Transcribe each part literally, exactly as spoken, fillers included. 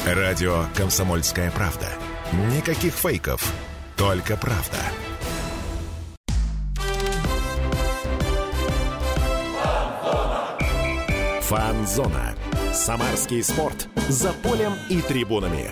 Радио «Комсомольская правда». Никаких фейков, только правда. Фан-зона. Самарский спорт. За полем и трибунами.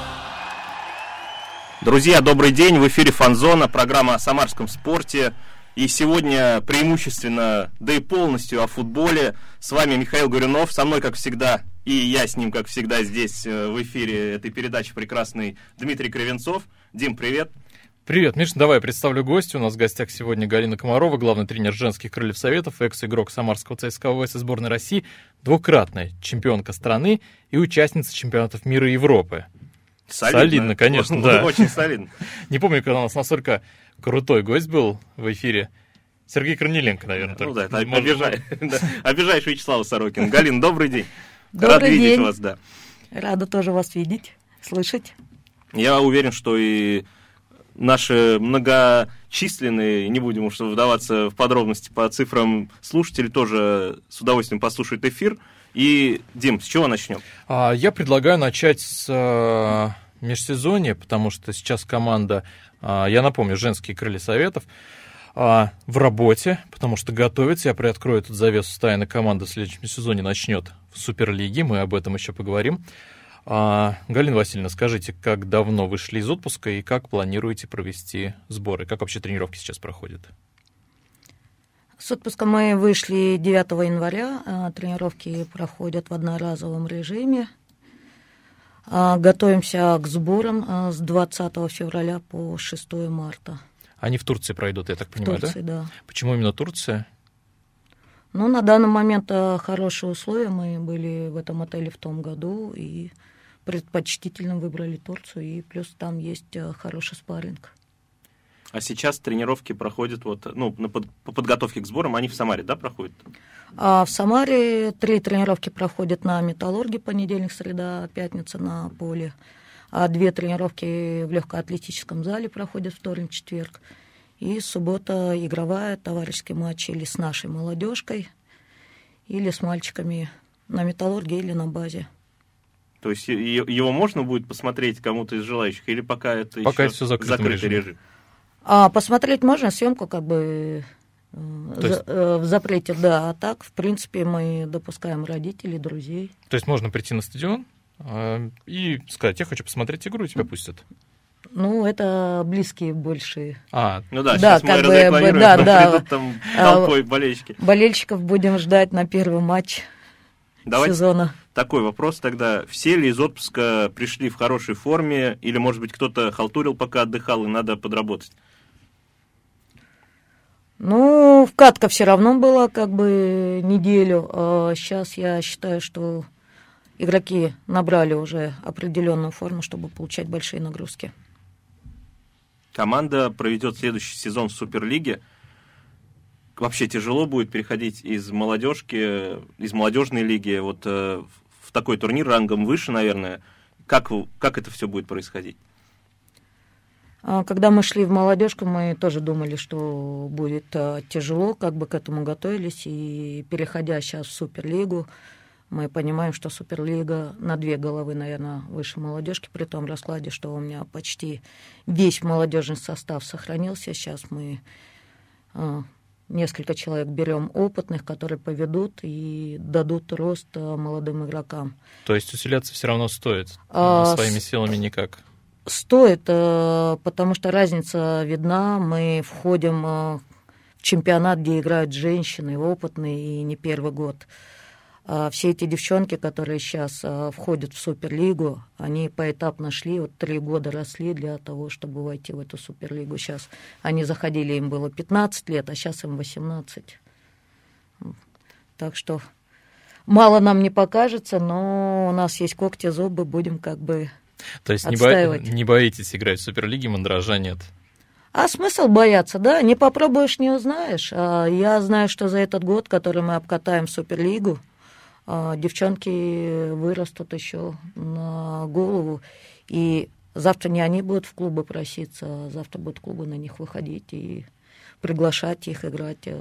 Друзья, добрый день. В эфире «Фан-зона», программа о самарском спорте. И сегодня преимущественно, да и полностью о футболе. С вами Михаил Горюнов, со мной, как всегда, и я с ним, как всегда, здесь в эфире этой передачи прекрасный Дмитрий Кривенцов. Дим, привет. Привет, Миш, давай представлю гостя. У нас в гостях сегодня Галина Комарова, главный тренер женских крыльев Советов, экс-игрок самарского ЦСКА ВВС и сборной России, двукратная чемпионка страны и участница чемпионатов мира и Европы. Солидно, солидно конечно, да. Очень солидно. Не помню, когда у нас настолько крутой гость был в эфире. Сергей Корниленко, наверное. Ну только. да, обижаешь, да, обижаешь Вячеслава Сорокина. Галин, добрый день. Добрый Рад видеть день. вас, да. Рада тоже вас видеть, слышать. Я уверен, что и наши многочисленные, не будем уж вдаваться в подробности по цифрам, слушатели тоже с удовольствием послушают эфир. И, Дим, с чего начнем? А, я предлагаю начать с а, межсезонья, потому что сейчас команда, а, я напомню, женские крылья Советов, а, в работе, потому что готовится. Я приоткрою этот завесу тайны. Команда в следующем сезоне начнет в Суперлиге, мы об этом еще поговорим. А, Галина Васильевна, скажите, как давно вышли из отпуска и как планируете провести сборы? Как вообще тренировки сейчас проходят? С отпуска мы вышли девятого января. Тренировки проходят в одноразовом режиме. Готовимся к сборам с двадцатого февраля по шестого марта. Они в Турции пройдут, я так понимаю, в Турции, да? да? Почему именно Турция? Ну, на данный момент хорошие условия. Мы были в этом отеле в том году и предпочтительно выбрали Турцию. И плюс там есть хороший спарринг. А сейчас тренировки проходят, вот, ну, по подготовке к сборам, они в Самаре, да, проходят? А в Самаре три тренировки проходят на металлурге: понедельник, среда, пятница на поле. А две тренировки в легкоатлетическом зале проходят вторник, четверг. И суббота игровая, товарищеский матч или с нашей молодежкой, или с мальчиками на металлурге или на базе. То есть его можно будет посмотреть кому-то из желающих, или пока это пока еще это закрытый режим? режим? А посмотреть можно, съемку как бы есть... в запрете, да. А так, в принципе, мы допускаем родителей, друзей. То есть можно прийти на стадион и сказать: я хочу посмотреть игру, и тебя пустят? Ну, это близкие больше. А, ну да, да, сейчас мы бы, разрекламируем, да, да. придут там толпой болельщики. Болельщиков будем ждать на первый матч Давайте сезона. Такой вопрос тогда. Все ли из отпуска пришли в хорошей форме, или, может быть, кто-то халтурил, пока отдыхал, и надо подработать? Ну, вкатка все равно была как бы неделю. А сейчас я считаю, что игроки набрали уже определенную форму, чтобы получать большие нагрузки. Команда проведет следующий сезон в Суперлиге. Вообще тяжело будет переходить из молодежки, из молодежной лиги вот э, в такой турнир рангом выше, наверное. Как, как это все будет происходить? Когда мы шли в молодежку, мы тоже думали, что будет тяжело, как бы к этому готовились. И переходя сейчас в Суперлигу, мы понимаем, что Суперлига на две головы, наверное, выше молодежки, при том раскладе, что у меня почти весь молодежный состав сохранился. Сейчас мы несколько человек берем опытных, которые поведут и дадут рост молодым игрокам. То есть усиляться все равно стоит, а, своими силами никак? Стоит, потому что разница видна. Мы входим в чемпионат, где играют женщины, опытные и не первый год. Все эти девчонки, которые сейчас входят в Суперлигу, они поэтапно шли, вот три года росли для того, чтобы войти в эту Суперлигу. Сейчас они заходили, им было пятнадцать лет, а сейчас им восемнадцать. Так что мало нам не покажется, но у нас есть когти, зубы, будем как бы То есть не, бо... не боитесь играть в Суперлиге, мандража нет? А смысл бояться, да? Не попробуешь, не узнаешь. Я знаю, что за этот год, который мы обкатаем в Суперлигу, девчонки вырастут еще на голову, и завтра не они будут в клубы проситься, а завтра будут клубы на них выходить и приглашать их играть в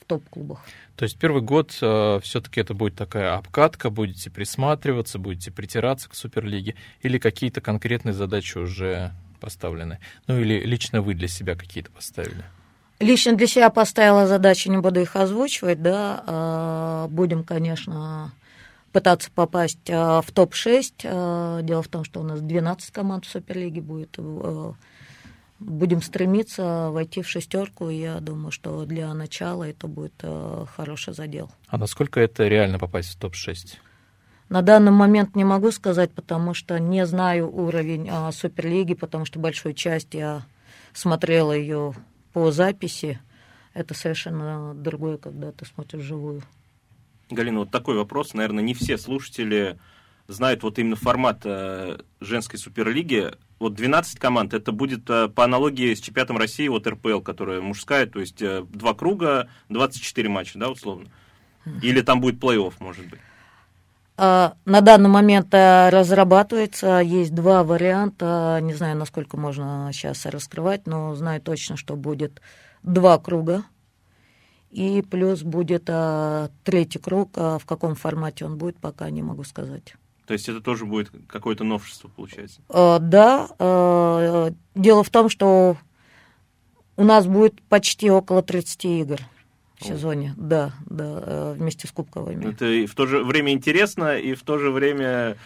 в топ-клубах. То есть первый год э, все-таки это будет такая обкатка, будете присматриваться, будете притираться к Суперлиге, или какие-то конкретные задачи уже поставлены? Ну или лично вы для себя какие-то поставили? Лично для себя поставила задачи, не буду их озвучивать, да, будем, конечно, пытаться попасть в топ шесть. Дело в том, что у нас двенадцать команд в Суперлиге будет. Будем стремиться войти в шестерку, и я думаю, что для начала это будет хороший задел. А насколько это реально попасть в топ шесть? На данный момент не могу сказать, потому что не знаю уровень Суперлиги, потому что большую часть я смотрела ее по записи. Это совершенно другое, когда ты смотришь вживую. Галина, вот такой вопрос. Наверное, не все слушатели знают вот именно формат э, женской Суперлиги. Вот двенадцать команд, это будет э, по аналогии с чемпионатом России, вот эр пэ эл, которая мужская, то есть э, два круга, двадцать четыре матча, да, условно? Или там будет плей-офф, может быть? На данный момент разрабатывается, есть два варианта, не знаю, насколько можно сейчас раскрывать, но знаю точно, что будет два круга, и плюс будет а, третий круг, а в каком формате он будет, пока не могу сказать. То есть это тоже будет какое-то новшество, получается? А, да, а, дело в том, что у нас будет почти около тридцати игр в сезоне, О. да, да, вместе с кубковыми. Это и в то же время интересно, и в то же время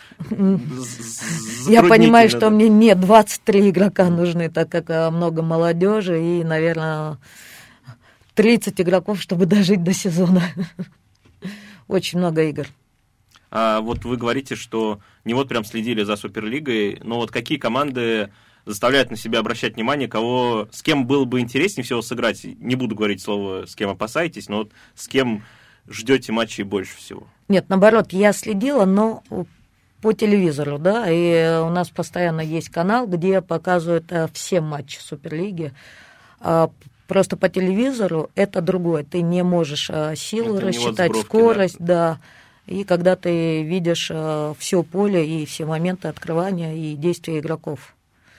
Я понимаю, что мне не двадцать три игрока нужны, так как много молодежи и, наверное, тридцать игроков, чтобы дожить до сезона. Очень много игр. А вот вы говорите, что не вот прям следили за Суперлигой, но вот какие команды заставляют на себя обращать внимание, кого, с кем было бы интереснее всего сыграть? Не буду говорить слово, с кем опасаетесь, но вот с кем ждете матчей больше всего? Нет, наоборот, я следила, но по телевизору, да, и у нас постоянно есть канал, где показывают все матчи Суперлиги. Просто по телевизору это другое, ты не можешь силу это рассчитать, вот скорость, да. да, и когда ты видишь все поле и все моменты открывания и действия игроков.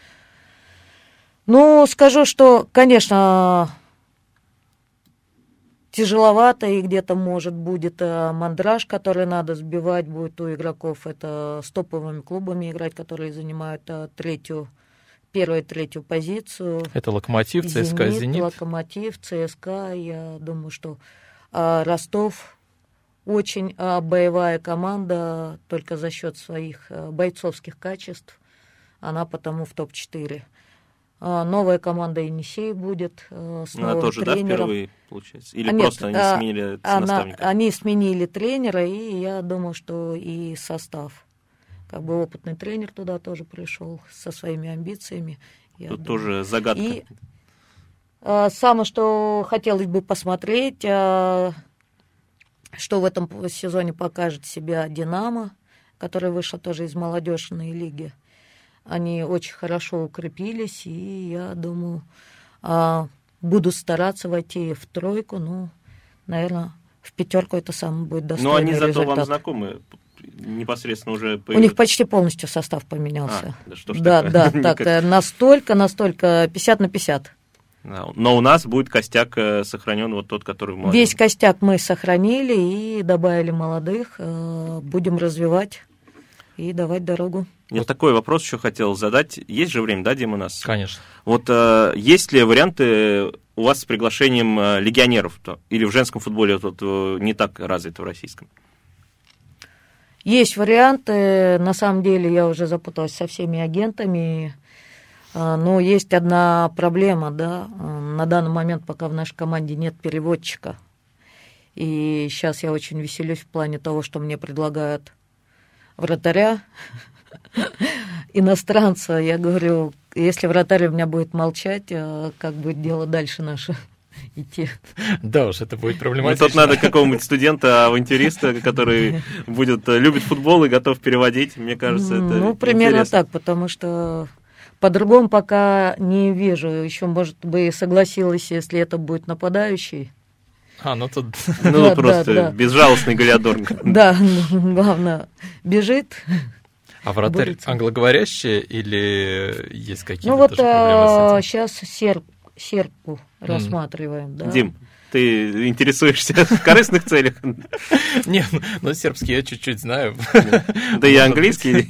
Ну, скажу, что, конечно, тяжеловато, и где-то, может, будет мандраж, который надо сбивать, будет у игроков. Это с топовыми клубами играть, которые занимают третью, первую и третью позицию. Это Локомотив, ЦСКА, Зенит. Локомотив, ЦСКА. Я думаю, что Ростов очень боевая команда, только за счет своих бойцовских качеств. Она потому в топ четыре. Новая команда «Енисей» будет с новым Она тоже, тренером. Да, впервые, получается? Или а просто нет, они сменили она, наставника? Они сменили тренера, и я думаю, что и состав. Как бы опытный тренер туда тоже пришел со своими амбициями. Тут тоже загадка. И а, самое, что хотелось бы посмотреть, а, что в этом сезоне покажет себя «Динамо», которая вышла тоже из молодежной лиги. Они очень хорошо укрепились, и я думаю, буду стараться войти в тройку, ну, наверное, в пятерку это самый будет достойный результат. Но они зато результат. вам знакомы, непосредственно уже появилось. У них почти полностью состав поменялся. А, да, что ж да, такое? да, так, настолько, настолько пятьдесят на пятьдесят. Но у нас будет костяк сохранен, вот тот, который мы... Весь костяк мы сохранили и добавили молодых, будем развивать и давать дорогу. Я вот такой вопрос еще хотел задать. Есть же время, да, Дим, у нас? Конечно. Вот э, есть ли варианты у вас с приглашением э, легионеров? То, или в женском футболе вот, э, не так развито в российском? Есть варианты. На самом деле я уже запуталась со всеми агентами. Но есть одна проблема, да. На данный момент пока в нашей команде нет переводчика. И сейчас я очень веселюсь в плане того, что мне предлагают вратаря, иностранца. Я говорю, если вратарь у меня будет молчать, как будет дело дальше наше идти? Да уж, это будет проблематично. Ну, тут надо какого-нибудь студента-авантюриста, который будет, любит футбол и готов переводить. Мне кажется, это Ну, примерно интересно. так, потому что по-другому пока не вижу. Еще, может быть, согласилась, если это будет нападающий. А, ну тут... Ну, Да, просто да, да. безжалостный Галиадор. Да, главное, бежит. А вратарь борется. Англоговорящий или есть какие-то Ну вот тоже проблемы с этим? сейчас серб, сербку рассматриваем. Да. Дим, Ты интересуешься в корыстных целях? Нет, ну сербский я чуть-чуть знаю. Да и английский.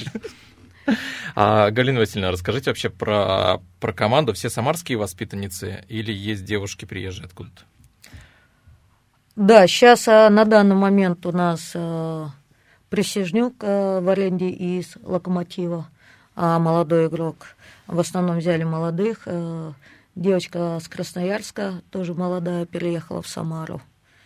А, Галина Васильевна, расскажите вообще про, про команду. Все самарские воспитанницы или есть девушки приезжие откуда-то? Да, сейчас а, на данный момент у нас а, Присяжнюк а, в аренде из «Локомотива», а молодой игрок. В основном взяли молодых. А, девочка с Красноярска, тоже молодая, переехала в Самару.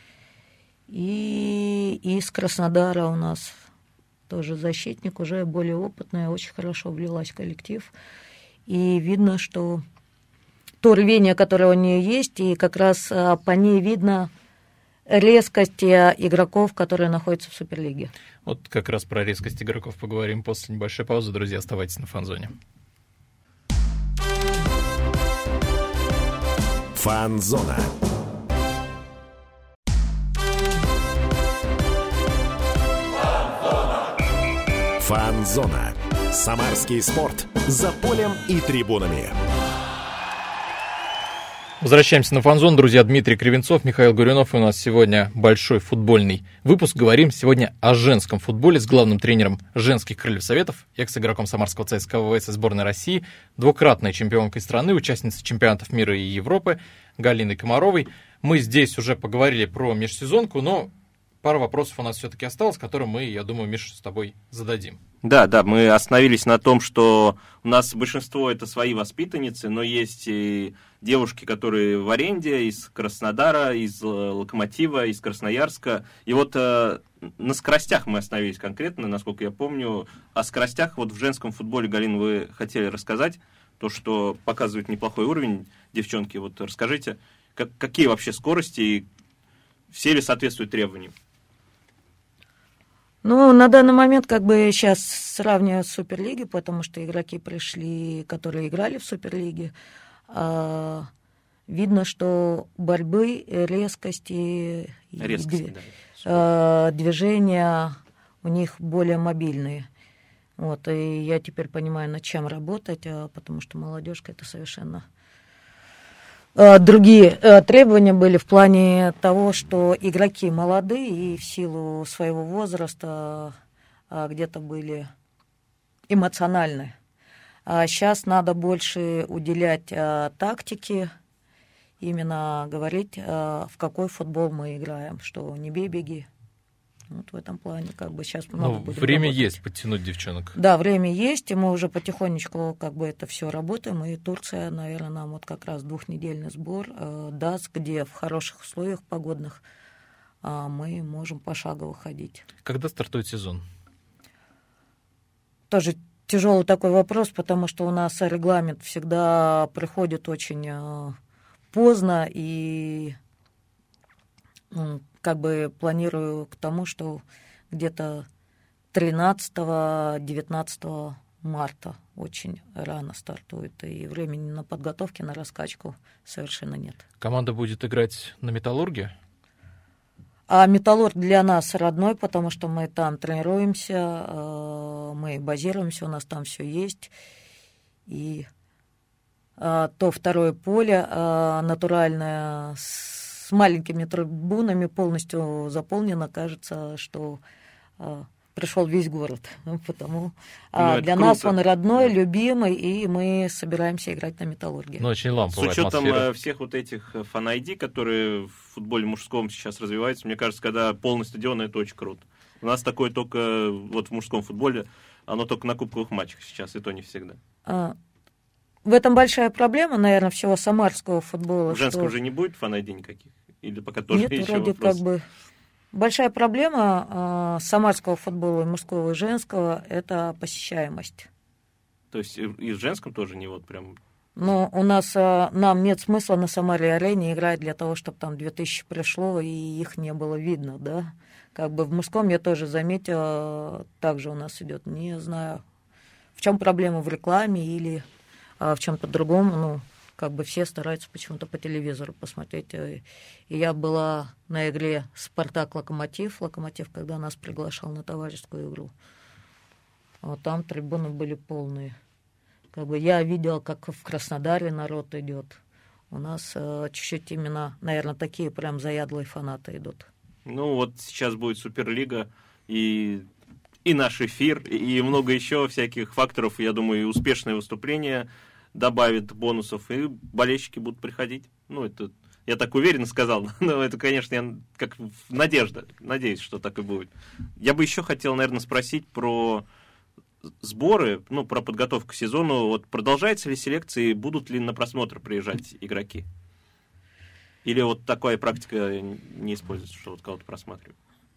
И из Краснодара у нас тоже защитник, уже более опытная, очень хорошо влилась в коллектив. И видно, что то рвение, которое у нее есть, и как раз по ней видно резкость игроков, которые находятся в Суперлиге. Вот как раз про резкость игроков поговорим после небольшой паузы. Друзья, оставайтесь на Фан-зоне. Фан-зона. Фан-зона. Самарский спорт. За полем и трибунами. Возвращаемся на Фан-зону, друзья. Дмитрий Кривенцов, Михаил Горюнов. И у нас сегодня большой футбольный выпуск. Говорим сегодня о женском футболе с главным тренером женских крыльев Советов, экс-игроком самарского ЦСКА ВВС и сборной России, двукратной чемпионкой страны, участницей чемпионатов мира и Европы Галиной Комаровой. Мы здесь уже поговорили про межсезонку, но пара вопросов у нас все-таки осталось, которые мы, я думаю, Миша, с тобой зададим. Да, да, мы остановились на том, что у нас большинство это свои воспитанницы, но есть и девушки, которые в аренде из Краснодара, из Локомотива, из Красноярска. И вот э, на скоростях мы остановились конкретно, насколько я помню. О скоростях вот в женском футболе, Галина, вы хотели рассказать, то, что показывает неплохой уровень девчонки. Вот расскажите, как, какие вообще скорости и все ли соответствуют требованиям? Ну, на данный момент как бы сейчас сравниваю с Суперлигой, потому что игроки пришли, которые играли в Суперлиге. А, видно, что борьбы, резкости, резкости, и, да. а, движения у них более мобильные. Вот, и я теперь понимаю, над чем работать, а, потому что молодежка это совершенно... Другие требования были в плане того, что игроки молодые и в силу своего возраста где-то были эмоциональны. А сейчас надо больше уделять тактике, именно говорить, в какой футбол мы играем, что не бей, беги. Вот в этом плане как бы сейчас много Ну, будет время работать. есть подтянуть девчонок. Да, время есть, и мы уже потихонечку как бы это все работаем, и Турция, наверное, нам вот как раз двухнедельный сбор э, даст, где в хороших условиях погодных э, мы можем пошагово ходить. Когда стартует сезон? Тоже тяжелый такой вопрос, потому что у нас регламент всегда приходит очень э, поздно, и э, как бы планирую к тому, что где-то тринадцатого-девятнадцатого марта очень рано стартует, и времени на подготовки, на раскачку совершенно нет. Команда будет играть на «Металлурге»? А «Металлург» для нас родной, потому что мы там тренируемся, мы базируемся, у нас там все есть. И то второе поле натуральное с маленькими трибунами полностью заполнено, кажется, что а, пришел весь город. Потому а, для круто. Нас он родной, любимый, и мы собираемся играть на «Металлурге». Ну, очень ламповая С учетом атмосфера. всех вот этих фан-ай ди, которые в футболе мужском сейчас развиваются, мне кажется, когда полный стадион, это очень круто. У нас такое только вот в мужском футболе, оно только на кубковых матчах сейчас, и то не всегда. А, в этом большая проблема, наверное, всего самарского футбола. В женском что... же не будет фан-ай ди никаких? Или пока тоже Нет, еще вроде вопрос? как бы большая проблема э, самарского футбола, и мужского, и женского, это посещаемость. То есть и в женском тоже не вот прям... Но у нас, э, нам нет смысла на Самаре-арене играть для того, чтобы там две тысячи пришло, и их не было видно, да. Как бы в мужском я тоже заметила, также у нас идет, не знаю, в чем проблема в рекламе или э, в чем-то другом, ну, как бы все стараются почему-то по телевизору посмотреть. И я была на игре «Спартак-Локомотив». «Локомотив», когда нас приглашал на товарищескую игру. Вот там трибуны были полные. Как бы я видела, как в Краснодаре народ идет. У нас э, чуть-чуть именно, наверное, такие прям заядлые фанаты идут. Ну вот сейчас будет Суперлига, и, и наш эфир, и много еще всяких факторов. Я думаю, и успешное выступление добавит бонусов, и болельщики будут приходить. Ну, это я так уверенно сказал, но это, конечно, я, как надежда. Надеюсь, что так и будет. Я бы еще хотел, наверное, спросить про сборы, ну, про подготовку к сезону. Вот продолжается ли селекция, и будут ли на просмотр приезжать игроки? Или вот такая практика не используется, что вот кого-то просматривают?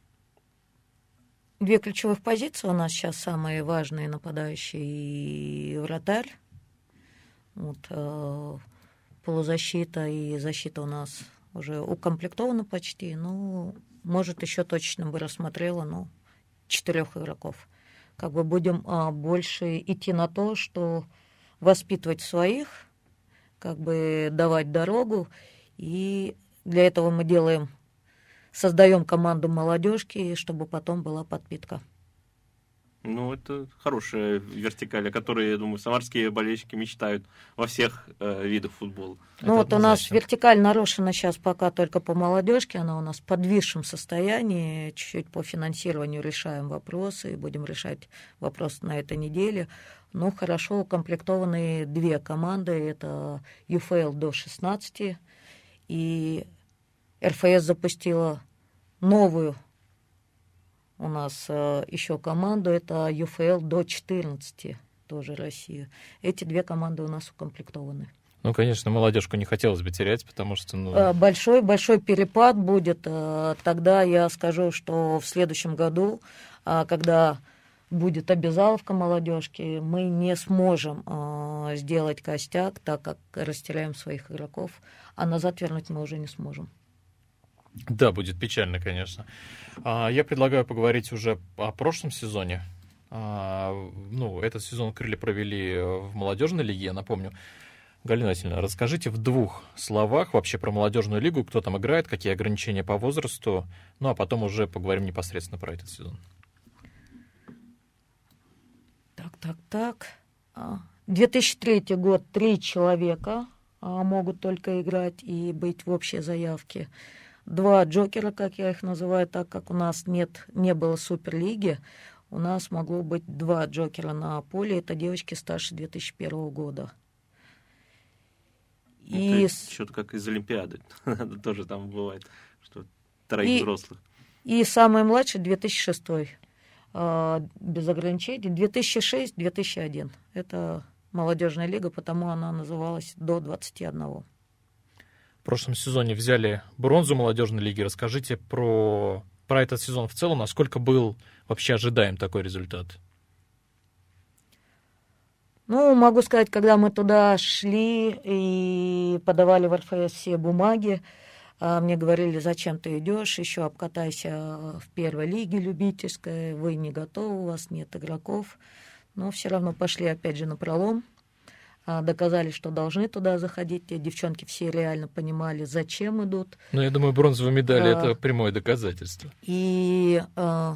Две ключевых позиции у нас сейчас самые важные: нападающий и вратарь. Вот, э, полузащита и защита у нас уже укомплектована почти. Ну, может, еще точно бы рассмотрела, ну, четырех игроков. Как бы будем а, больше идти на то, что воспитывать своих, как бы давать дорогу. И для этого мы делаем, создаем команду молодежки, чтобы потом была подпитка. Ну, это хорошая вертикаль, о которой, я думаю, самарские болельщики мечтают во всех э, видах футбола. Ну, вот у нас вертикаль нарушена сейчас пока только по молодежке, она у нас в подвисшем состоянии, чуть-чуть по финансированию решаем вопросы, и будем решать вопрос на этой неделе. Ну, хорошо укомплектованы две команды, это ю эф эл до шестнадцати, и эр эф эс запустила новую у нас э, еще команду, это ю эф эл до четырнадцати, тоже Россия. Эти две команды у нас укомплектованы. Ну, конечно, молодежку не хотелось бы терять, потому что... Ну... Большой, большой перепад будет. Тогда я скажу, что в следующем году, когда будет обязаловка молодежки, мы не сможем сделать костяк, так как растеряем своих игроков, а назад вернуть мы уже не сможем. Да, будет печально, конечно. Я предлагаю поговорить уже о прошлом сезоне. Ну, этот сезон крылья провели в молодежной лиге, я напомню. Галина Васильевна, расскажите в двух словах вообще про молодежную лигу, кто там играет, какие ограничения по возрасту, ну а потом уже поговорим непосредственно про этот сезон. Так, так, так. две тысячи третий год, три человека могут только играть и быть в общей заявке. Два джокера, как я их называю, так как у нас нет, не было суперлиги, у нас могло быть два джокера на поле, это девочки старше две тысячи первого года. И что-то как из Олимпиады. Тоже там бывает, что троих и, взрослых. И самый младший две тысячи шестой. Без ограничений. две тысячи шестой - две тысячи первый. Это молодежная лига, потому она называлась до двадцати одного. В прошлом сезоне взяли бронзу молодежной лиги. Расскажите про, про этот сезон в целом. Насколько был вообще ожидаем такой результат? Ну, могу сказать, когда мы туда шли и подавали в эр эф эс все бумаги, мне говорили, зачем ты идешь, еще обкатайся в первой лиге любительской, вы не готовы, у вас нет игроков. Но все равно пошли опять же напролом, доказали, что должны туда заходить. Девчонки все реально понимали, зачем идут. Ну, я думаю, бронзовая медаль а, — это прямое доказательство. И... А,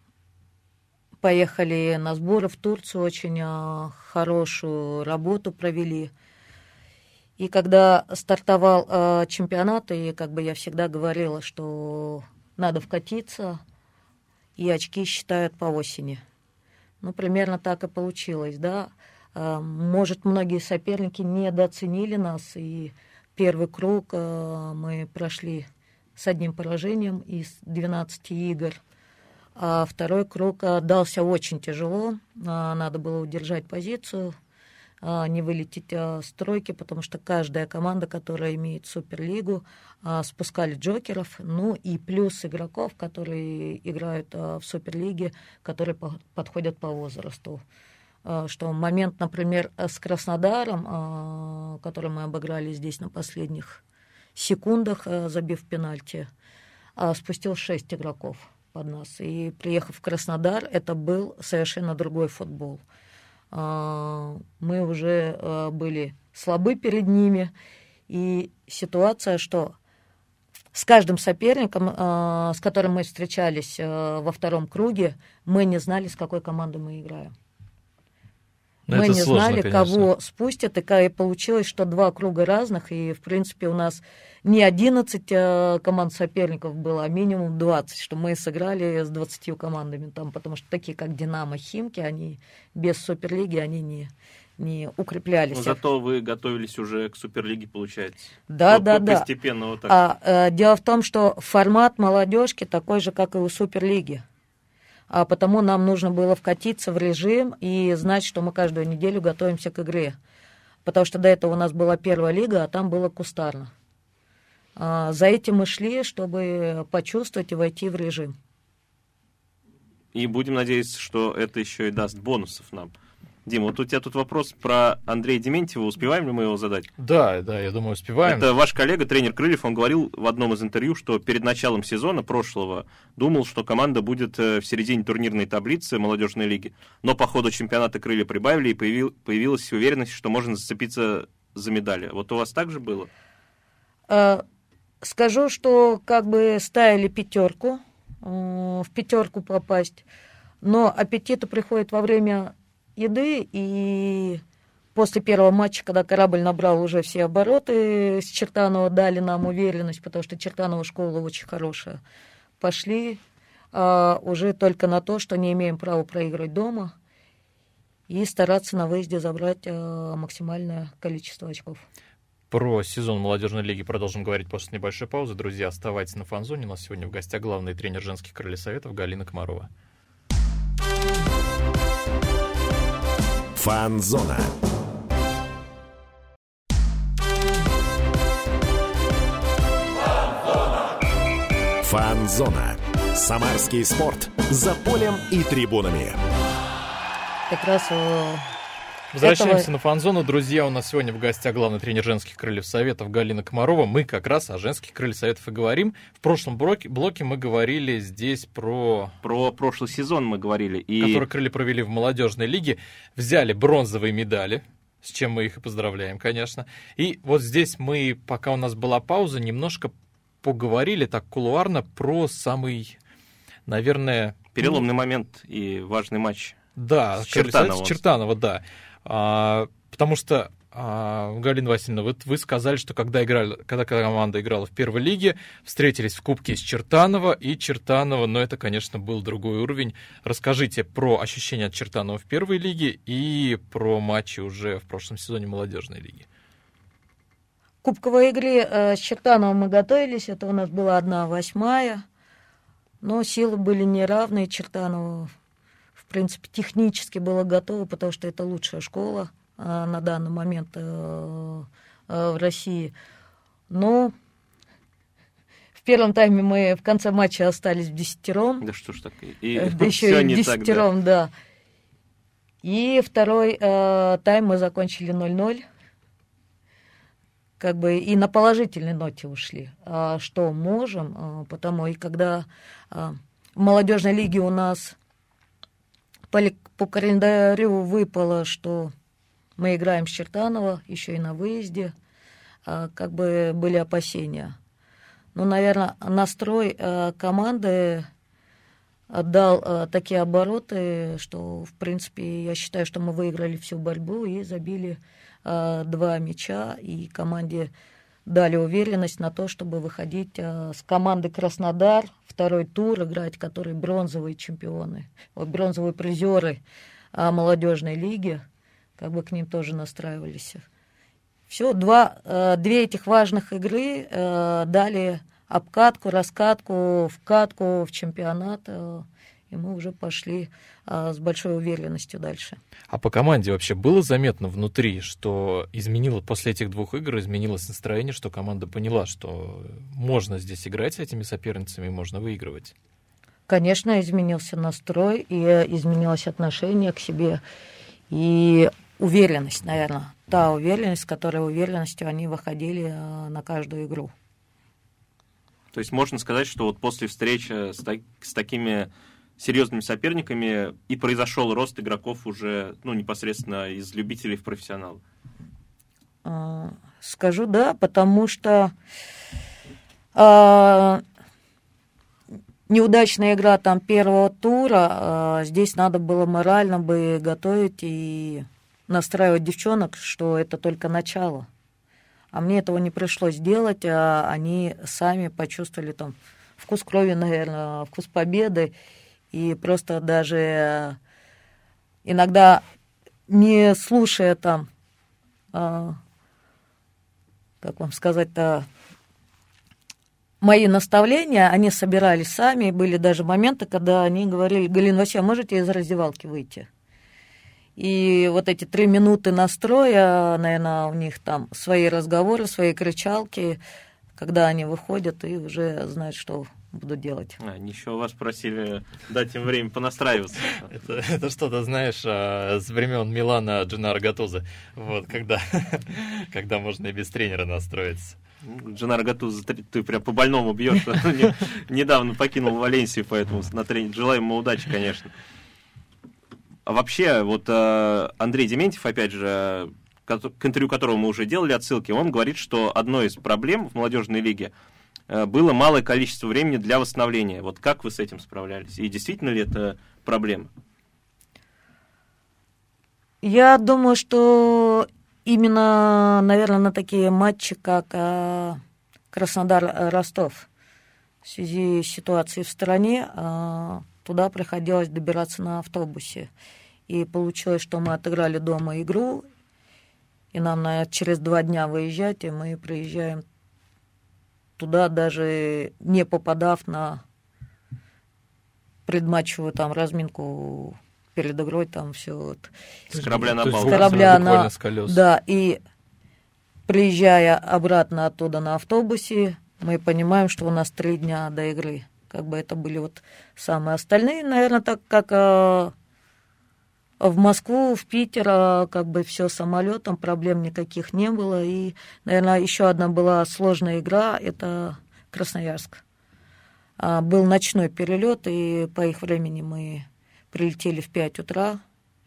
поехали на сборы в Турцию, очень а, хорошую работу провели. И когда стартовал а, чемпионат, и как бы я всегда говорила, что надо вкатиться, и очки считают по осени. Ну, примерно так и получилось, да. А, может, многие соперники недооценили нас, и первый круг а, мы прошли с одним поражением из двенадцати игр. А второй круг дался очень тяжело. Надо было удержать позицию, не вылететь с тройки, потому что каждая команда, которая имеет суперлигу, спускали джокеров. Ну и плюс игроков, которые играют в суперлиге, которые подходят по возрасту. Что момент, например, с Краснодаром, который мы обыграли здесь на последних секундах, забив пенальти, спустил шесть игроков под нас. И приехав в Краснодар, это был совершенно другой футбол. Мы уже были слабы перед ними. И ситуация, что с каждым соперником, с которым мы встречались во втором круге, мы не знали, с какой командой мы играем. Но мы это не сложно, знали, конечно. кого спустят, и получилось, что два круга разных, и, в принципе, у нас не одиннадцать команд соперников было, а минимум двадцать, что мы сыграли с двадцатью командами там, потому что такие, как «Динамо», «Химки», они без Суперлиги, они не, не укреплялись. Но зато вы готовились уже к Суперлиге, получается. Да, По- да, по- да. Постепенно вот так. А, э, дело в том, что формат молодежки такой же, как и у Суперлиги. А потому нам нужно было вкатиться в режим и знать, что мы каждую неделю готовимся к игре. Потому что до этого у нас была первая лига, а там было кустарно. А, за этим мы шли, чтобы почувствовать и войти в режим. И будем надеяться, что это еще и даст бонусов нам. Дима, вот у тебя тут вопрос про Андрея Дементьева. Успеваем ли мы его задать? Да, да, я думаю, успеваем. Это ваш коллега, тренер Крыльев, он говорил в одном из интервью, что перед началом сезона прошлого думал, что команда будет в середине турнирной таблицы молодежной лиги. Но по ходу чемпионата крылья прибавили, и появил, появилась уверенность, что можно зацепиться за медали. Вот у вас так же было? Скажу, что как бы ставили пятерку, в пятерку попасть, но аппетиты приходят во время еды, и после первого матча, когда корабль набрал уже все обороты, с Чертанова дали нам уверенность, потому что Чертанова школа очень хорошая. Пошли а, уже только на то, что не имеем права проиграть дома, и стараться на выезде забрать а, максимальное количество очков. Про сезон молодежной лиги продолжим говорить после небольшой паузы. Друзья, оставайтесь на Фан-зоне. У нас сегодня в гостях главный тренер женских крыльев Советов Галина Комарова. Фан-зона. Фан-зона. Самарский спорт. За полем и трибунами. Как раз Возвращаемся этого... на Фан-зону. Друзья, у нас сегодня в гостях главный тренер женских крыльев Советов Галина Комарова. Мы как раз о женских крыльях Советов и говорим. В прошлом блоке, блоке мы говорили здесь про... Про прошлый сезон мы говорили. И... Который крылья провели в молодежной лиге. Взяли бронзовые медали, с чем мы их и поздравляем, конечно. И вот здесь мы, пока у нас была пауза, немножко поговорили так кулуарно про самый, наверное... Переломный момент и важный матч. Да, с Чертановым. С Чертанова, да. А, потому что, а, Галина Васильевна, вы, вы сказали, что когда, играли, когда команда играла в первой лиге, встретились в Кубке с Чертанова и Чертанова, но это, конечно, был другой уровень. Расскажите про ощущения от Чертанова в первой лиге и про матчи уже в прошлом сезоне молодежной лиги. Кубковой игре э, с Чертановым мы готовились, это у нас была одна восьмая, но силы были неравные. Чертанову, в принципе, технически было готово, потому что это лучшая школа э, на данный момент э, э, в России. Но в первом тайме мы в конце матча остались в десятером. Да что ж так. И да еще и в десятером, да. И второй э, тайм мы закончили ноль ноль. Как бы и на положительной ноте ушли, а, что можем, а, потому и когда а, в молодежной лиге у нас по, по календарю выпало, что мы играем с Чертанова, еще и на выезде, а, как бы были опасения. Ну, наверное, настрой а, команды дал а, такие обороты, что, в принципе, я считаю, что мы выиграли всю борьбу и забили два мяча, и команде дали уверенность на то, чтобы выходить а, с команды Краснодар, второй тур играть, которые бронзовые чемпионы, бронзовые призеры а, молодежной лиги, как бы к ним тоже настраивались. Все, два, а, две этих важных игры а, дали обкатку, раскатку, вкатку в чемпионат, а, и мы уже пошли а, с большой уверенностью дальше. А по команде вообще было заметно внутри, что изменило после этих двух игр, изменилось настроение, что команда поняла, что можно здесь играть с этими соперницами и можно выигрывать? Конечно, изменился настрой, и изменилось отношение к себе, и уверенность, наверное, та уверенность, с которой уверенностью они выходили а, на каждую игру. То есть можно сказать, что вот после встречи с, так, с такими серьезными соперниками и произошел рост игроков уже, ну, непосредственно из любителей в профессионалы? Скажу да, потому что э, неудачная игра там первого тура, э, здесь надо было морально бы готовить и настраивать девчонок, что это только начало. А мне этого не пришлось делать, а они сами почувствовали там вкус крови, наверное, вкус победы. И просто даже иногда, не слушая там, а, как вам сказать-то, мои наставления, они собирались сами. Были даже моменты, когда они говорили: Галина Васильевна, можете из раздевалки выйти? И вот эти три минуты настроя, наверное, у них там свои разговоры, свои кричалки, когда они выходят и уже знают, что будут делать. А, они еще вас просили дать им время понастраиваться. Это, это что-то, знаешь, с времен Милана Дженнаро Гаттузо, вот, когда, когда можно и без тренера настроиться. Дженнаро Гаттузо, ты прям по больному бьешь. Недавно покинул Валенсию, поэтому на тренинг желаем ему удачи, конечно. А вообще, вот Андрей Дементьев, опять же, к интервью которого мы уже делали отсылки, он говорит, что одной из проблем в молодежной лиге было малое количество времени для восстановления. Вот как вы с этим справлялись? И действительно ли это проблема? Я думаю, что именно, наверное, на такие матчи, как Краснодар-Ростов, в связи с ситуацией в стране, туда приходилось добираться на автобусе. И получилось, что мы отыграли дома игру, и нам, наверное, через два дня выезжать, и мы приезжаем туда, даже не попадав на предматчевую там разминку перед игрой, там все вот. С корабля на бал. С корабля на... Да, и приезжая обратно оттуда на автобусе, мы понимаем, что у нас три дня до игры. Как бы это были вот самые остальные, наверное, так как а, в Москву, в Питер, а, как бы все самолетом, проблем никаких не было. И, наверное, еще одна была сложная игра, это Красноярск. А, был ночной перелет, и по их времени мы прилетели в пять утра.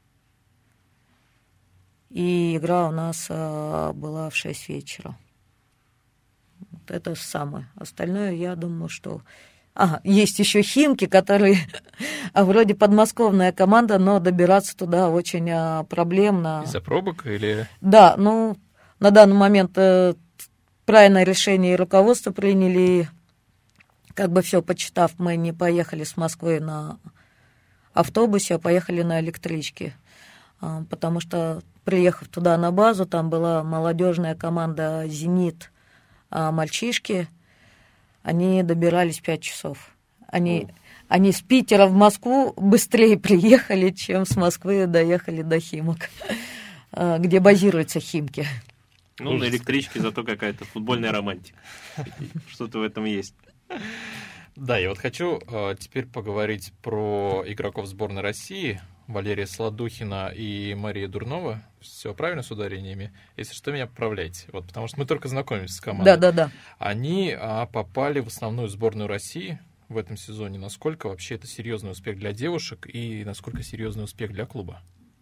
И игра у нас а, была в шесть вечера. Вот это самое. Остальное, я думаю, что... Ага, есть еще Химки, которые вроде подмосковная команда, но добираться туда очень а, проблемно. Из-за пробок или... Да, ну, на данный момент э, правильное решение и руководство приняли. Как бы все почитав, мы не поехали с Москвы на автобусе, а поехали на электричке. А, потому что, приехав туда на базу, там была молодежная команда «Зенит», а, мальчишки. Они добирались пять часов. Они, они с Питера в Москву быстрее приехали, чем с Москвы доехали до Химок, где базируются Химки. Ну, на электричке зато какая-то футбольная романтика. Что-то в этом есть. Да, я вот хочу э, теперь поговорить про игроков сборной России. Валерия Сладухина и Мария Дурнова. Все правильно с ударениями? Если что, меня поправляйте. Вот, потому что мы только знакомимся с командой. Да, да, да. Они а, попали в основную сборную России в этом сезоне. Насколько вообще это серьезный успех для девушек и насколько серьезный успех для клуба?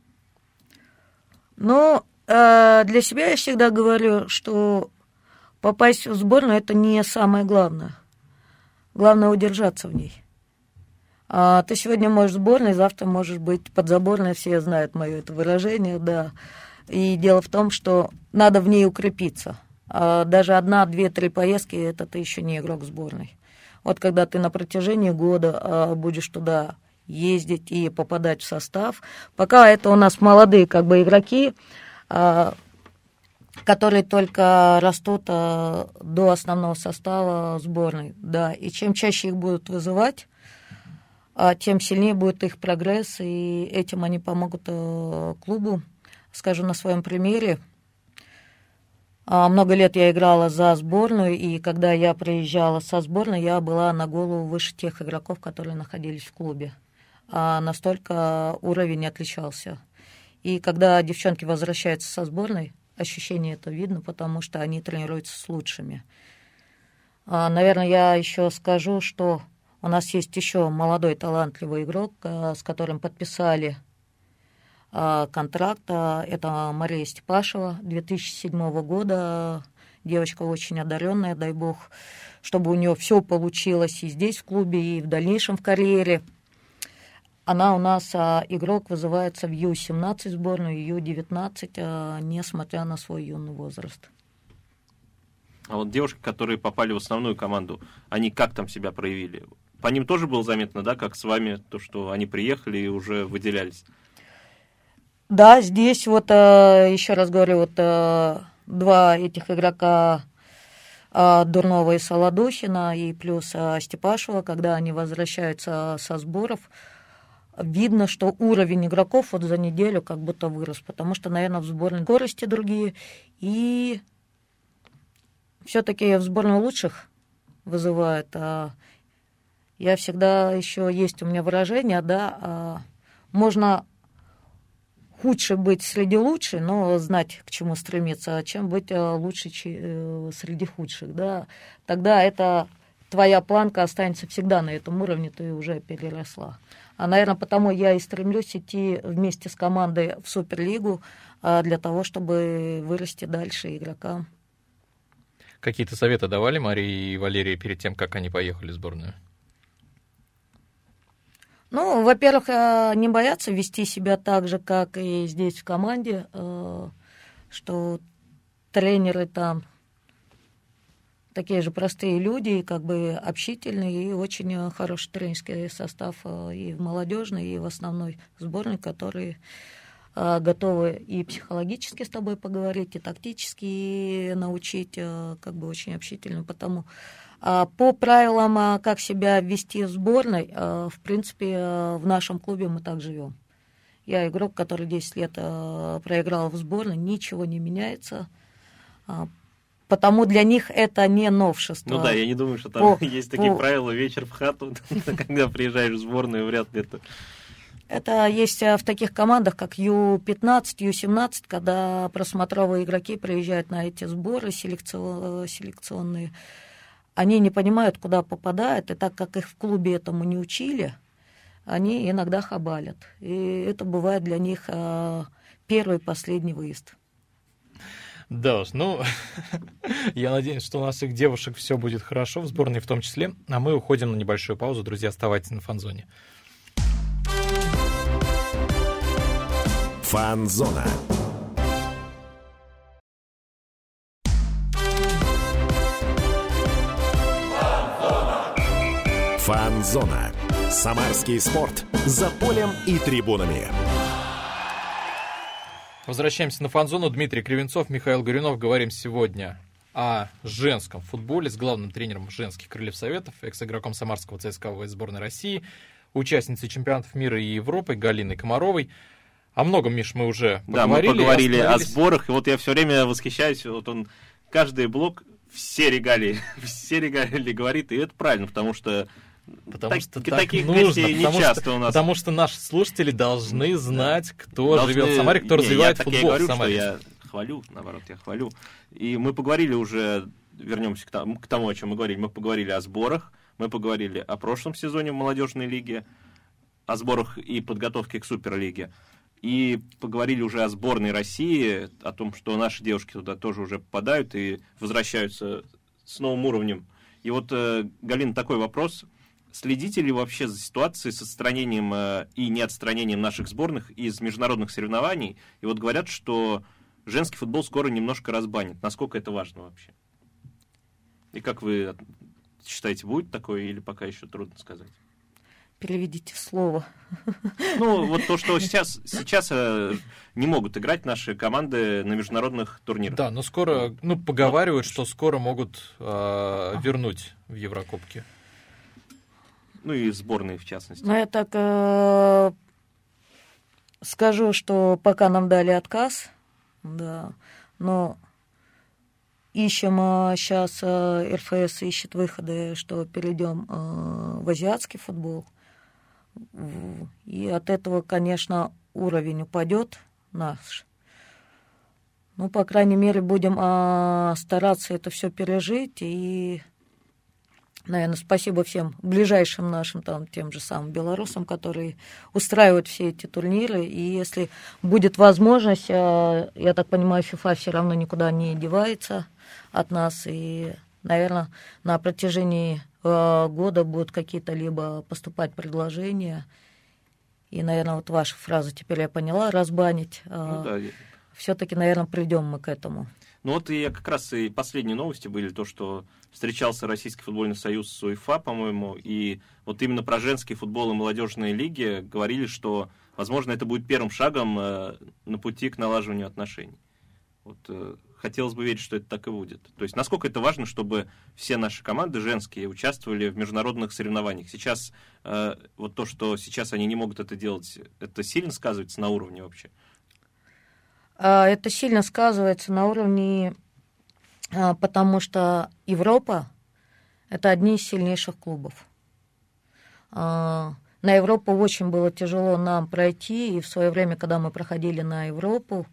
Ну, э, для себя я всегда говорю, что попасть в сборную — это не самое главное. Главное — удержаться в ней. А ты сегодня можешь в сборной, завтра можешь быть подзаборной, все знают мое это выражение, да. И дело в том, что надо в ней укрепиться. А даже одна, две, три поездки — это ты еще не игрок сборной. Вот когда ты на протяжении года а, будешь туда ездить и попадать в состав, пока это у нас молодые как бы игроки, а, которые только растут а, до основного состава сборной, да. И чем чаще их будут вызывать, тем сильнее будет их прогресс, и этим они помогут клубу. Скажу на своем примере. Много лет я играла за сборную, и когда я приезжала со сборной, я была на голову выше тех игроков, которые находились в клубе. А настолько уровень отличался. И когда девчонки возвращаются со сборной, ощущение это видно, потому что они тренируются с лучшими. Наверное, я еще скажу, что у нас есть еще молодой талантливый игрок, с которым подписали контракт. Это Мария Степашева, две тысячи седьмого года. Девочка очень одаренная, дай бог, чтобы у нее все получилось и здесь в клубе, и в дальнейшем в карьере. она у нас, а, игрок вызывается в ю семнадцать сборную, ю девятнадцать, а, несмотря на свой юный возраст. А вот девушки, которые попали в основную команду, они как там себя проявили? По ним тоже было заметно, да, как с вами, то, что они приехали и уже выделялись? Да, здесь вот, а, еще раз говорю, вот а, два этих игрока, а, Дурнова и Солодухина, и плюс а, Степашева, когда они возвращаются со сборов, видно, что уровень игроков вот за неделю как будто вырос, потому что, наверное, в сборной скорости другие, и все-таки в сборную лучших вызывает. А я всегда еще есть у меня выражение, да, а можно худше быть среди лучших, но знать, к чему стремиться, чем быть лучше среди худших, да. Тогда это твоя планка останется всегда на этом уровне, ты уже переросла. А, наверное, потому я и стремлюсь идти вместе с командой в Суперлигу для того, чтобы вырасти дальше игрокам. Какие-то советы давали Марии и Валерии перед тем, как они поехали в сборную? Ну, во-первых, не бояться вести себя так же, как и здесь в команде, что тренеры там такие же простые люди, как бы общительные, и очень хороший тренерский состав и в молодежной, и в основной сборной, которые готовы и психологически с тобой поговорить, и тактически научить, как бы очень общительно. Потому по правилам, как себя вести в сборной, в принципе, в нашем клубе мы так живем. Я игрок, который десять лет проиграл в сборной, ничего не меняется. Потому для них это не новшество. Ну да, я не думаю, что там по, есть такие по... правила, вечер в хату, когда приезжаешь в сборную, вряд ли это... Это есть в таких командах, как ю пятнадцать, ю семнадцать, когда просмотровые игроки приезжают на эти сборы селекционные. Они не понимают, куда попадают, и так как их в клубе этому не учили, они иногда хабалят. И это бывает для них первый и последний выезд. Да уж, ну, я надеюсь, что у нас всех девушек все будет хорошо, в сборной в том числе. А мы уходим на небольшую паузу. Друзья, оставайтесь на Фан-зоне. Фан-зона. Фан-зона. Самарский спорт. За полем и трибунами. Возвращаемся на Фан-зону. Дмитрий Кривенцов, Михаил Горюнов. Говорим сегодня о женском футболе с главным тренером женских крыльев Советов, экс-игроком самарского ЦСКА ВВС сборной России, участницей чемпионатов мира и Европы Галиной Комаровой. О многом, Миш, мы уже да, поговорили. Да, мы поговорили о сборах, и вот я все время восхищаюсь, вот он каждый блок все регалии, все регалии говорит, и это правильно, потому что Потому так, что таких так нужно, не потому часто что, у нас. Потому что наши слушатели должны знать, кто должны... живет в Самаре, кто не, развивает я, футбол я говорю, в Самаре. Что я хвалю, наоборот, я хвалю. И мы поговорили уже, вернемся к тому, к тому, о чем мы говорили. Мы поговорили о сборах, мы поговорили о прошлом сезоне в молодежной лиге, о сборах и подготовке к Суперлиге. И поговорили уже о сборной России, о том, что наши девушки туда тоже уже попадают и возвращаются с новым уровнем. И вот, Галина, такой вопрос. Следите ли вообще за ситуацией с отстранением э, и неотстранением наших сборных из международных соревнований? И вот говорят, что женский футбол скоро немножко разбанит. Насколько это важно вообще? И как вы считаете, будет такое или пока еще трудно сказать? Переведите слово. Ну, вот то, что сейчас, сейчас э, не могут играть наши команды на международных турнирах. Да, но скоро, ну, поговаривают, что скоро могут э, вернуть в Еврокубки. Ну и сборные, в частности. Ну, я так э, скажу, что пока нам дали отказ, да, но ищем э, сейчас, э, эр эф эс ищет выходы, что перейдем э, в азиатский футбол. И от этого, конечно, уровень упадет наш. Ну, по крайней мере, будем э, стараться это все пережить и... Наверное, спасибо всем ближайшим нашим, там, тем же самым белорусам, которые устраивают все эти турниры. И если будет возможность, я так понимаю, ФИФА все равно никуда не девается от нас. И, наверное, на протяжении года будут какие-то либо поступать предложения. И, наверное, вот ваша фраза теперь я поняла, разбанить. Ну, да. Все-таки, наверное, придем мы к этому. Ну вот и как раз и последние новости были, то, что встречался Российский футбольный союз с УЕФА, по-моему, и вот именно про женский футбол и молодежные лиги говорили, что, возможно, это будет первым шагом э, на пути к налаживанию отношений. Вот, э, хотелось бы верить, что это так и будет. То есть насколько это важно, чтобы все наши команды женские участвовали в международных соревнованиях. Сейчас э, вот то, что сейчас они не могут это делать, это сильно сказывается на уровне вообще? Это сильно сказывается на уровне, потому что Европа – это одни из сильнейших клубов. На Европу очень было тяжело нам пройти, и в свое время, когда мы проходили на Европу,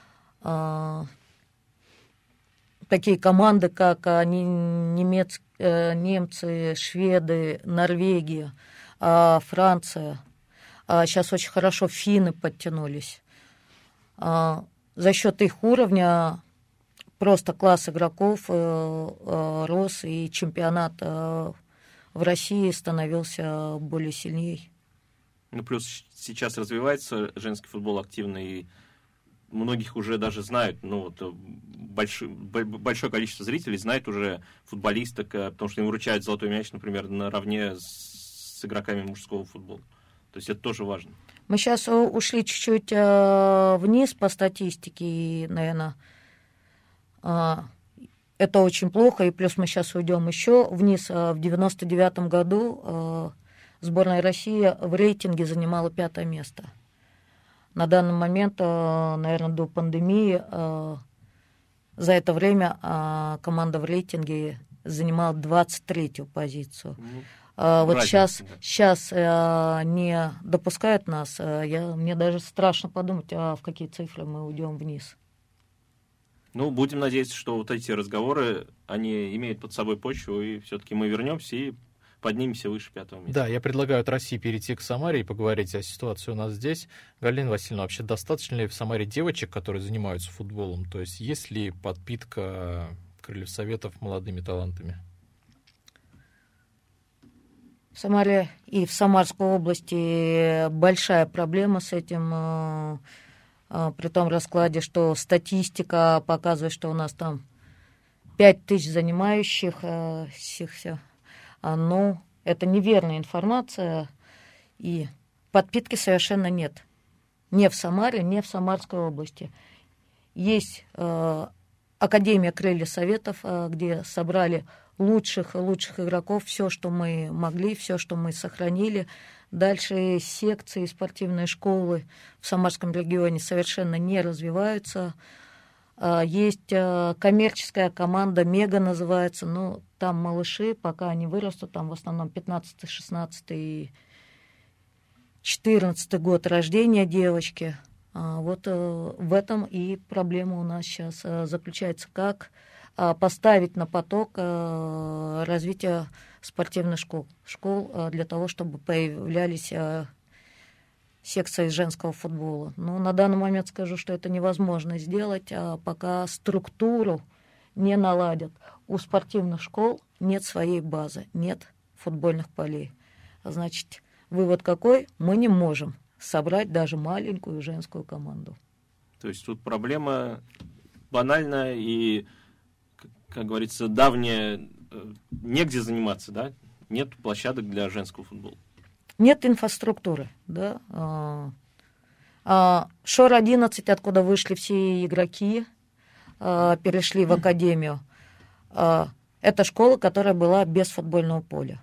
такие команды, как немец, немцы, шведы, Норвегия, Франция, сейчас очень хорошо финны подтянулись. За счет их уровня просто класс игроков рос, и чемпионат в России становился более сильнее. Ну, плюс сейчас развивается женский футбол активно, и многих уже даже знают, ну, вот, большое, большое количество зрителей знает уже футболисток, потому что им вручают золотой мяч, например, наравне с игроками мужского футбола. То есть это тоже важно. Мы сейчас ушли чуть-чуть э, вниз по статистике, и, наверное, э, это очень плохо, и плюс мы сейчас уйдем еще вниз. В девяносто девятом году э, сборная России в рейтинге занимала пятое место. На данный момент, э, наверное, до пандемии, э, за это время э, команда в рейтинге занимала двадцать третью позицию. Mm-hmm. Вот Разница, сейчас, да. сейчас э, не допускают нас, э, я, мне даже страшно подумать, а в какие цифры мы уйдем вниз. Ну, будем надеяться, что вот эти разговоры, они имеют под собой почву, и все-таки мы вернемся и поднимемся выше пятого места. Да, я предлагаю от России перейти к Самаре и поговорить о ситуации у нас здесь. Галина Васильевна, вообще достаточно ли в Самаре девочек, которые занимаются футболом? То есть есть ли подпитка крыльев советов молодыми талантами? В Самаре и в Самарской области большая проблема с этим, при том раскладе, что статистика показывает, что у нас там пять тысяч занимающихся, но это неверная информация, и подпитки совершенно нет. Не в Самаре, не в Самарской области. Есть Академия крыльев советов, где собрали лучших лучших игроков, все, что мы могли, все, что мы сохранили. Дальше секции, спортивные школы в Самарском регионе совершенно не развиваются. Есть коммерческая команда, «Мега» называется, но там малыши, пока они вырастут, там в основном пятнадцатый, шестнадцатый, четырнадцатый год рождения девочки. Вот в этом и проблема у нас сейчас заключается, как поставить на поток развития спортивных школ, школ для того, чтобы появлялись секции женского футбола. Но на данный момент скажу, что это невозможно сделать, пока структуру не наладят. У спортивных школ нет своей базы, нет футбольных полей. Значит, вывод какой? Мы не можем собрать даже маленькую женскую команду. То есть тут проблема банальная и, как говорится, давняя, негде заниматься, да? Нет площадок для женского футбола. Нет инфраструктуры, да. Шор одиннадцать, откуда вышли все игроки, перешли в академию. Это школа, которая была без футбольного поля.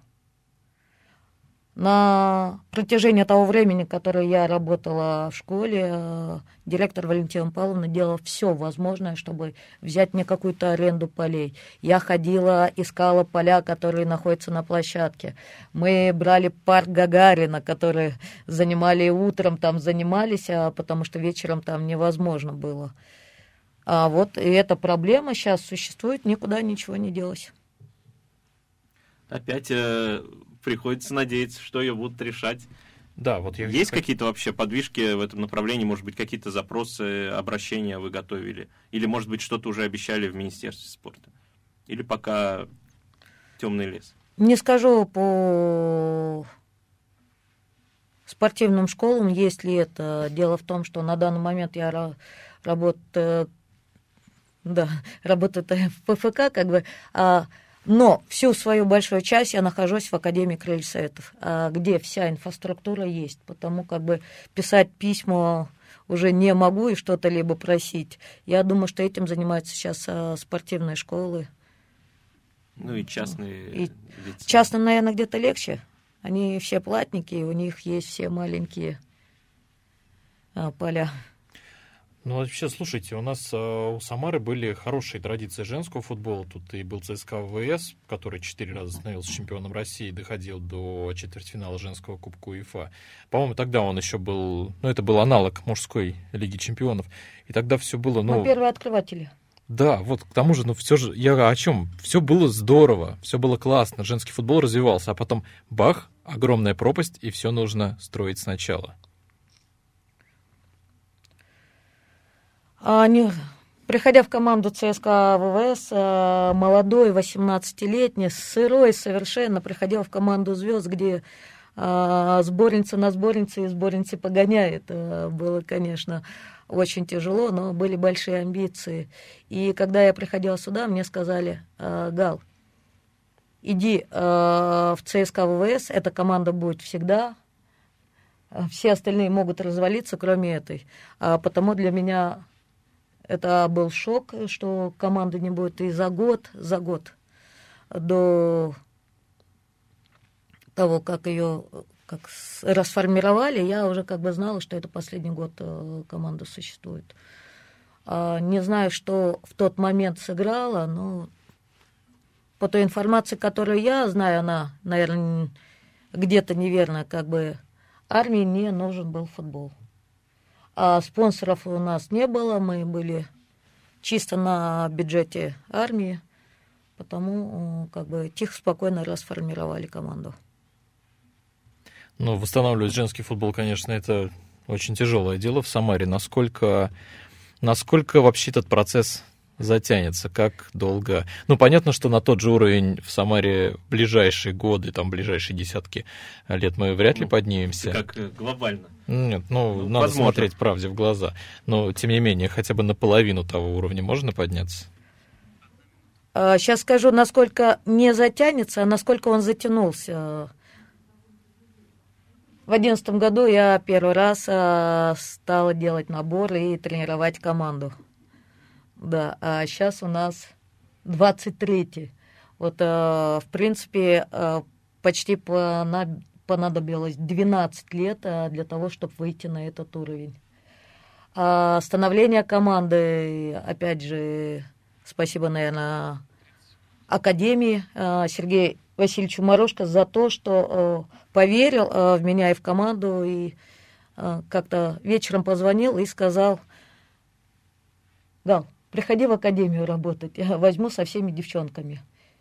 На протяжении того времени, которое я работала в школе, директор Валентина Павловна делала все возможное, чтобы взять мне какую-то аренду полей. Я ходила, искала поля, которые находятся на площадке. Мы брали парк Гагарина, который занимали утром, там занимались, а потому что вечером там невозможно было. А вот и эта проблема сейчас существует, никуда ничего не делось. Опять э, приходится надеяться, что ее будут решать. Да, вот я Есть какие-то вообще подвижки в этом направлении? Может быть, какие-то запросы, обращения вы готовили? Или, может быть, что-то уже обещали в Министерстве спорта? Или пока темный лес? Не скажу по спортивным школам, если это. Дело в том, что на данный момент я ра- работаю, да, работаю в ПФК, как бы, а, но всю свою большую часть я нахожусь в Академии Крыльев Советов, а, где вся инфраструктура есть, потому как бы писать письма уже не могу и что-то либо просить. Я думаю, что этим занимаются сейчас а, спортивные школы. Ну и частные. И частным, наверное, где-то легче. Они все платники, и у них есть все маленькие а, поля. Ну, вообще, слушайте, у нас э, у Самары были хорошие традиции женского футбола. Тут и был ЦСКА ВВС, который четыре раза становился чемпионом России, доходил до четвертьфинала женского кубка УЕФА. По-моему, тогда он еще был... Ну, это был аналог мужской Лиги чемпионов. И тогда все было... Ну, Мы первые открыватели. Да, вот к тому же, ну, все же... Я о чем? Все было здорово, все было классно, женский футбол развивался, а потом бах, огромная пропасть, и все нужно строить сначала. Они, приходя в команду ЦСКА ВВС, молодой, восемнадцатилетний, сырой совершенно, приходил в команду «Звезд», где сборница на сборнице и сборницы погоняет. Было, конечно, очень тяжело, но были большие амбиции. И когда я приходила сюда, мне сказали: Гал, иди в ЦСКА ВВС, эта команда будет всегда, все остальные могут развалиться, кроме этой. Потому для меня... Это был шок, что команды не будет. И за год, за год до того, как ее как расформировали, я уже как бы знала, что это последний год команда существует. Не знаю, что в тот момент сыграла, но по той информации, которую я знаю, она, наверное, где-то неверно, как бы армии не нужен был футбол. А спонсоров у нас не было, мы были чисто на бюджете армии, потому как бы тихо, спокойно расформировали команду. Ну, восстанавливать женский футбол, конечно, это очень тяжелое дело в Самаре. Насколько, насколько вообще этот процесс затянется, как долго? Ну, понятно, что на тот же уровень в Самаре в ближайшие годы, там, ближайшие десятки лет мы вряд ли ну, поднимемся. Как глобально. Нет, ну, ну надо возможно. смотреть правде в глаза. Но, тем не менее, хотя бы на половину того уровня можно подняться? Сейчас скажу, насколько не затянется, а насколько он затянулся. В две тысячи одиннадцатом году я первый раз стала делать набор и тренировать команду. Да, а сейчас у нас двадцать третий. Вот, в принципе, почти понадобилось двенадцать лет для того, чтобы выйти на этот уровень. А становление команды, опять же, спасибо, наверное, Академии Сергею Васильевичу Морошко за то, что поверил в меня и в команду, и как-то вечером позвонил и сказал: Гал, приходи в академию работать, я возьму со всеми девчонками.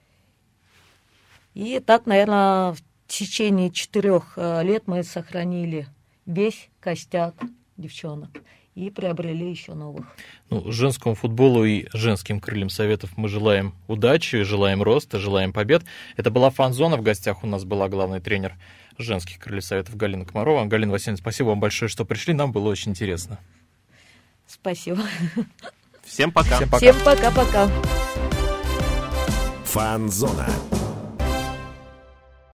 И так, наверное, в течение четырех лет мы сохранили весь костяк девчонок и приобрели еще новых. Ну, женскому футболу и женским крыльям Советов мы желаем удачи, желаем роста, желаем побед. Это была Фан-зона. В гостях у нас была главный тренер женских крыльев Советов Галина Комарова. Галина Васильевна, спасибо вам большое, что пришли. Нам было очень интересно. Спасибо. Всем пока. Всем пока-пока. Фан-зона.